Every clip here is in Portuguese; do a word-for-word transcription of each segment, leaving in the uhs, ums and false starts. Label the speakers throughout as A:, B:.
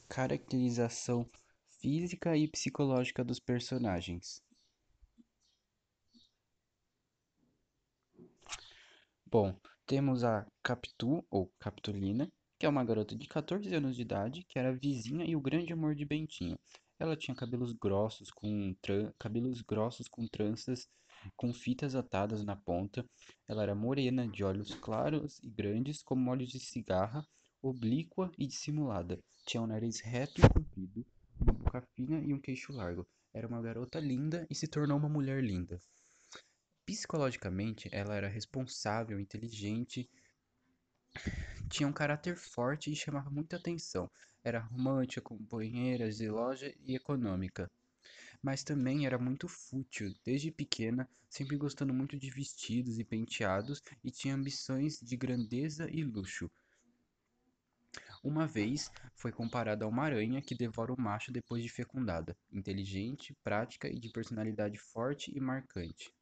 A: Caracterização física e psicológica dos personagens. Bom, temos a Capitu, ou Capitolina, que é uma garota de quatorze anos de idade, que era vizinha e o grande amor de Bentinho. Ela tinha cabelos grossos com tran... cabelos grossos com tranças com fitas atadas na ponta. Ela era morena, de olhos claros e grandes, como olhos de cigarra, oblíqua e dissimulada. Tinha um nariz reto e comprido, uma boca fina e um queixo largo. Era uma garota linda e se tornou uma mulher linda. Psicologicamente, ela era responsável, inteligente, tinha um caráter forte e chamava muita atenção. Era romântica, companheira, zelosa e econômica. Mas também era muito fútil, desde pequena, sempre gostando muito de vestidos e penteados e tinha ambições de grandeza e luxo. Uma vez foi comparada a uma aranha que devora o macho depois de fecundada, inteligente, prática e de personalidade forte e marcante.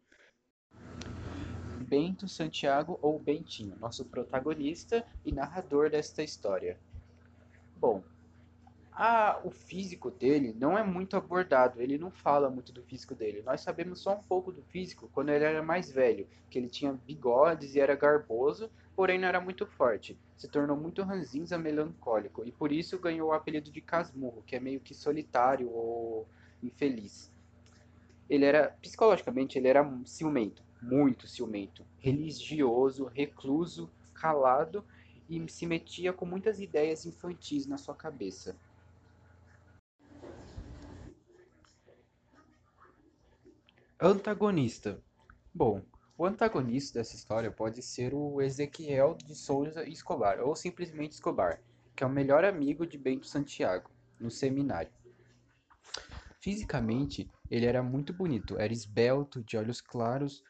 A: Bento Santiago ou Bentinho, nosso protagonista e narrador desta história. Bom, a, o físico dele não é muito abordado, ele não fala muito do físico dele. Nós sabemos só um pouco do físico quando ele era mais velho, que ele tinha bigodes e era garboso, porém não era muito forte. Se tornou muito ranzinza, melancólico e por isso ganhou o apelido de Casmurro, que é meio que solitário ou infeliz. Ele era, psicologicamente, ele era ciumento, muito ciumento, religioso, recluso, calado e se metia com muitas ideias infantis na sua cabeça. Antagonista. Bom, o antagonista dessa história pode ser o Ezequiel de Souza Escobar, ou simplesmente Escobar, que é o melhor amigo de Bento Santiago, no seminário. Fisicamente, ele era muito bonito, era esbelto, de olhos claros,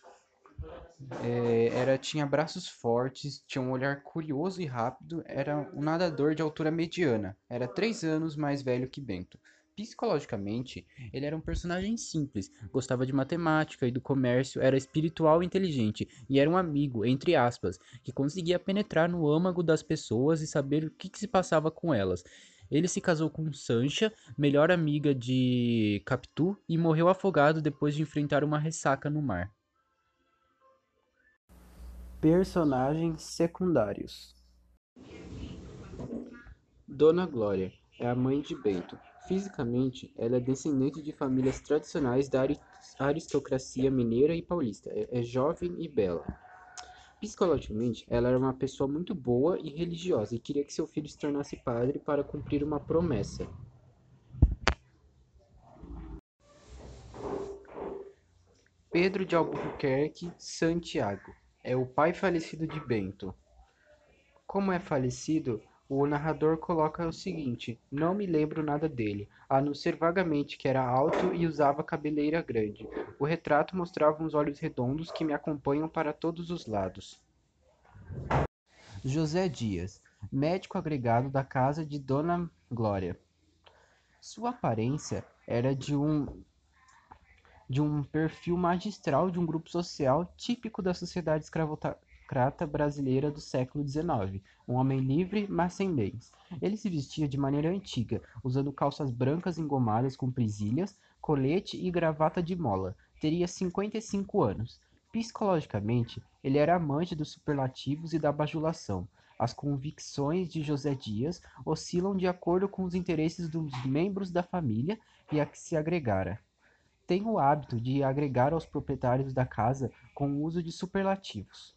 A: é, era, tinha braços fortes, tinha um olhar curioso e rápido, era um nadador de altura mediana, era três anos mais velho que Bento. Psicologicamente, ele era um personagem simples, gostava de matemática e do comércio, era espiritual e inteligente, e era um amigo, entre aspas, que conseguia penetrar no âmago das pessoas e saber o que, que se passava com elas. Ele se casou com Sancha, melhor amiga de Capitu, e morreu afogado depois de enfrentar uma ressaca no mar. Personagens secundários. Dona Glória é a mãe de Bento. Fisicamente, ela é descendente de famílias tradicionais da ari- aristocracia mineira e paulista. É, é jovem e bela. Psicologicamente, ela era uma pessoa muito boa e religiosa e queria que seu filho se tornasse padre para cumprir uma promessa. Pedro de Albuquerque Santiago é o pai falecido de Bento. Como é falecido, o narrador coloca o seguinte: não me lembro nada dele, a não ser vagamente que era alto e usava cabeleira grande. O retrato mostrava uns olhos redondos que me acompanham para todos os lados. José Dias, médico agregado da casa de Dona Glória. Sua aparência era de um de um perfil magistral de um grupo social típico da sociedade escravocrata brasileira do século dezenove, um homem livre, mas sem leis. Ele se vestia de maneira antiga, usando calças brancas engomadas com presilhas, colete e gravata de mola. Teria cinquenta e cinco anos. Psicologicamente, ele era amante dos superlativos e da bajulação. As convicções de José Dias oscilam de acordo com os interesses dos membros da família e a que se agregara. Tem o hábito de agregar aos proprietários da casa com o uso de superlativos.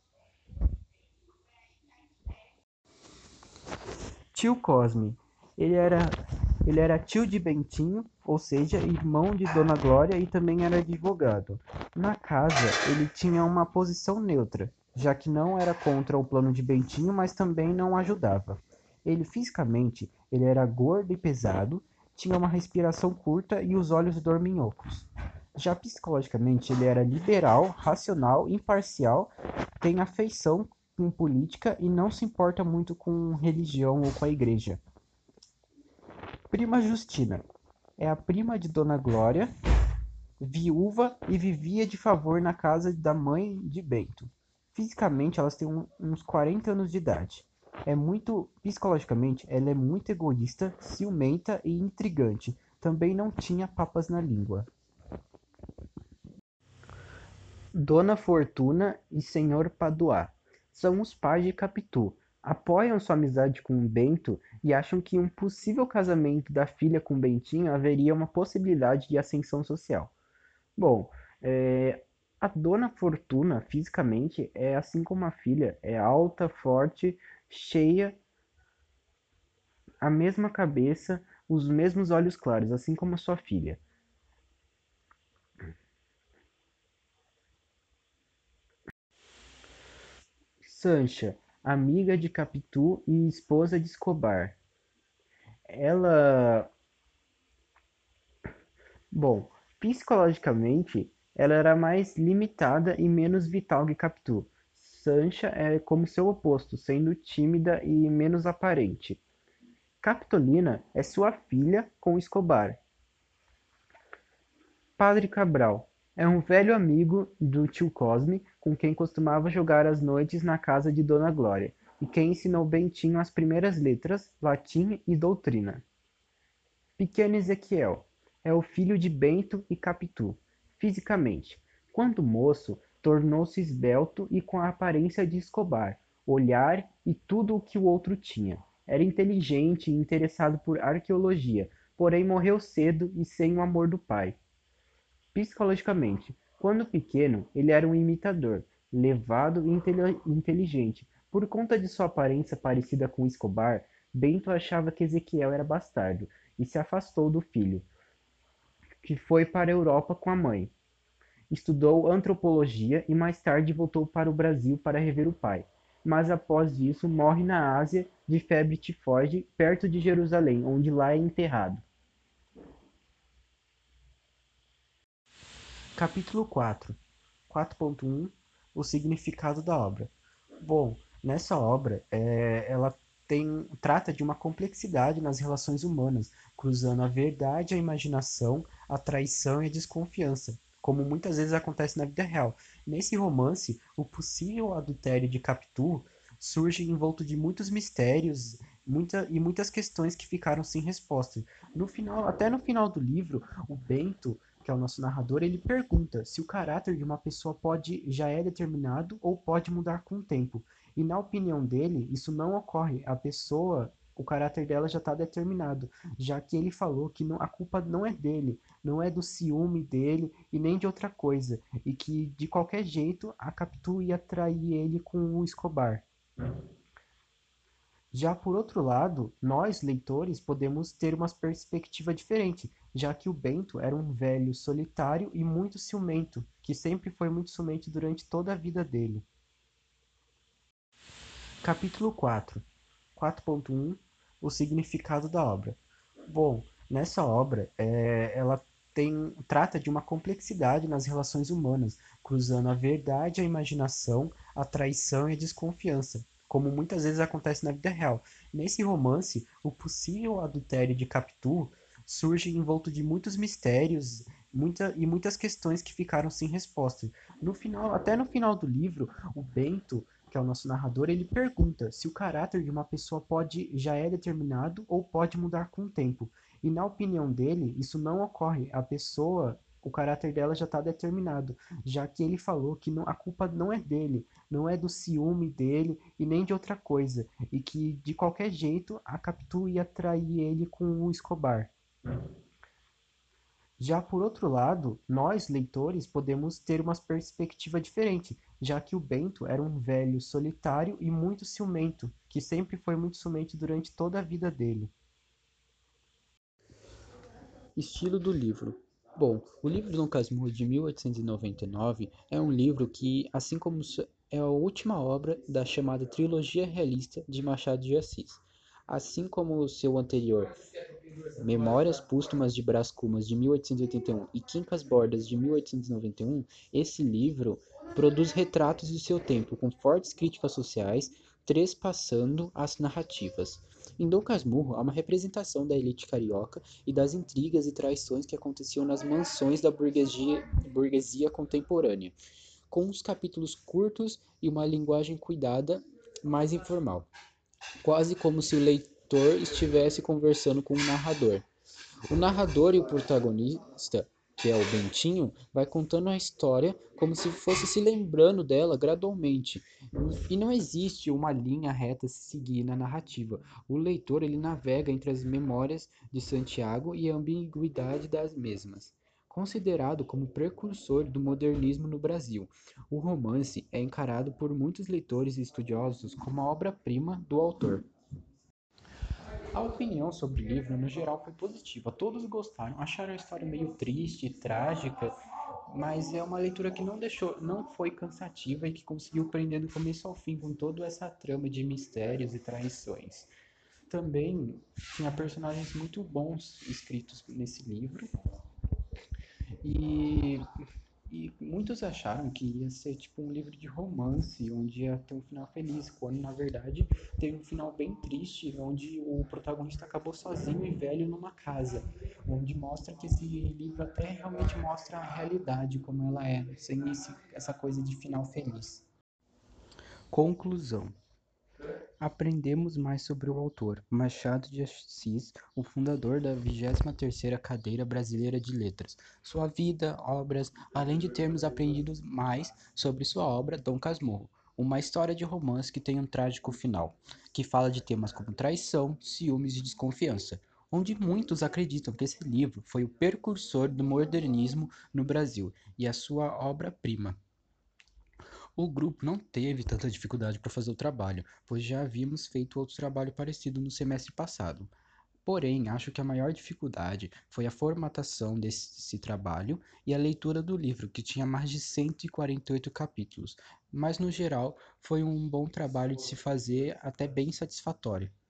A: Tio Cosme. Ele era, ele era tio de Bentinho, ou seja, irmão de Dona Glória e também era advogado. Na casa, ele tinha uma posição neutra, já que não era contra o plano de Bentinho, mas também não ajudava. Ele fisicamente, ele era gordo e pesado, tinha uma respiração curta e os olhos dorminhocos. Já psicologicamente, ele era liberal, racional, imparcial, tem afeição com política e não se importa muito com religião ou com a igreja. Prima Justina é a prima de Dona Glória, viúva e vivia de favor na casa da mãe de Bento. Fisicamente, elas têm um- uns quarenta anos de idade. É muito, psicologicamente, ela é muito egoísta, ciumenta e intrigante. Também não tinha papas na língua. Dona Fortuna e Senhor Padoá são os pais de Capitu. Apoiam sua amizade com Bento e acham que um possível casamento da filha com Bentinho haveria uma possibilidade de ascensão social. Bom, é, a Dona Fortuna, fisicamente, é assim como a filha, é alta, forte, cheia, a mesma cabeça, os mesmos olhos claros, assim como a sua filha. Sancha, amiga de Capitu e esposa de Escobar. Ela, bom, psicologicamente, ela era mais limitada e menos vital que Capitu. Sancha é como seu oposto, sendo tímida e menos aparente. Capitolina é sua filha com Escobar. Padre Cabral é um velho amigo do tio Cosme, com quem costumava jogar às noites na casa de Dona Glória, e quem ensinou Bentinho as primeiras letras, latim e doutrina. Pequeno Ezequiel é o filho de Bento e Capitu, fisicamente. Quando moço, tornou-se esbelto e com a aparência de Escobar, olhar e tudo o que o outro tinha. Era inteligente e interessado por arqueologia, porém morreu cedo e sem o amor do pai. Psicologicamente, quando pequeno, ele era um imitador, levado e intele- inteligente. Por conta de sua aparência parecida com Escobar, Bento achava que Ezequiel era bastardo e se afastou do filho, que foi para a Europa com a mãe. Estudou antropologia e mais tarde voltou para o Brasil para rever o pai. Mas após isso morre na Ásia de febre tifoide, perto de Jerusalém, onde lá é enterrado. Capítulo quatro. quatro ponto um O significado da obra. Bom, nessa obra, é, ela tem, trata de uma complexidade nas relações humanas, cruzando a verdade, a imaginação, a traição e a desconfiança, como muitas vezes acontece na vida real. Nesse romance, o possível adultério de Capitu surge envolto de muitos mistérios muita, e muitas questões que ficaram sem resposta. No final, até no final do livro, o Bento, que é o nosso narrador, ele pergunta se o caráter de uma pessoa pode já é determinado ou pode mudar com o tempo. E na opinião dele, isso não ocorre. A pessoa, o caráter dela já está determinado, já que ele falou que não, a culpa não é dele, não é do ciúme dele e nem de outra coisa, e que de qualquer jeito a Capitu ia trair ele com o Escobar. Já por outro lado, nós, leitores, podemos ter uma perspectiva diferente, já que o Bento era um velho solitário e muito ciumento, que sempre foi muito ciumento durante toda a vida dele. Capítulo quatro. quatro ponto um O significado da obra. Bom, nessa obra, é, ela tem, trata de uma complexidade nas relações humanas, cruzando a verdade, a imaginação, a traição e a desconfiança, como muitas vezes acontece na vida real. Nesse romance, o possível adultério de Capitu surge envolto de muitos mistérios muita, e muitas questões que ficaram sem resposta. No final, até no final do livro, o Bento, que é o nosso narrador, ele pergunta se o caráter de uma pessoa pode já é determinado ou pode mudar com o tempo. E na opinião dele, isso não ocorre. A pessoa, o caráter dela já está determinado, já que ele falou que não, a culpa não é dele, não é do ciúme dele e nem de outra coisa, e que de qualquer jeito a Capitu ia trair ele com o Escobar. Já por outro lado, nós, leitores, podemos ter uma perspectiva diferente, já que o Bento era um velho solitário e muito ciumento, que sempre foi muito ciumento durante toda a vida dele. Estilo do livro. Bom, o livro Dom Casmurro de mil oitocentos e noventa e nove é um livro que, assim como é a última obra da chamada trilogia realista de Machado de Assis. Assim como o seu anterior, Memórias Póstumas de Brás Cubas, de mil oitocentos e oitenta e um, e Quincas Bordas, de mil oitocentos e noventa e um, esse livro produz retratos do seu tempo, com fortes críticas sociais, trespassando as narrativas. Em Dom Casmurro, há uma representação da elite carioca e das intrigas e traições que aconteciam nas mansões da burguesia, burguesia contemporânea, com os capítulos curtos e uma linguagem cuidada, mais informal.
B: quase como se o leitor estivesse conversando com o narrador. O narrador e o protagonista, que é o Bentinho, vai contando a história como se fosse se lembrando dela gradualmente. E não existe uma linha reta a se seguir na narrativa. O leitor ele navega entre as memórias de Santiago e a ambiguidade das mesmas. Considerado como precursor do modernismo no Brasil, o romance é encarado por muitos leitores e estudiosos como a obra-prima do autor. A opinião sobre o livro, no geral, foi positiva. Todos gostaram, acharam a história meio triste, trágica, mas é uma leitura que não deixou, não foi cansativa e que conseguiu prender do começo ao fim com toda essa trama de mistérios e traições. Também tinha personagens muito bons escritos nesse livro e e muitos acharam que ia ser tipo um livro de romance, onde ia ter um final feliz, quando na verdade teve um final bem triste, onde o protagonista acabou sozinho e velho numa casa, onde mostra que esse livro até realmente mostra a realidade como ela é, sem esse, essa coisa de final feliz. Conclusão. Aprendemos mais sobre o autor, Machado de Assis, o fundador da vigésima terceira Cadeira Brasileira de Letras, sua vida, obras, além de termos aprendido mais sobre sua obra Dom Casmurro, uma história de romance que tem um trágico final, que fala de temas como traição, ciúmes e desconfiança, onde muitos acreditam que esse livro foi o precursor do modernismo no Brasil e a sua obra-prima. O grupo não teve tanta dificuldade para fazer o trabalho, pois já havíamos feito outro trabalho parecido no semestre passado. Porém, acho que a maior dificuldade foi a formatação desse trabalho e a leitura do livro, que tinha mais de cento e quarenta e oito capítulos, mas no geral foi um bom trabalho de se fazer, até bem satisfatório.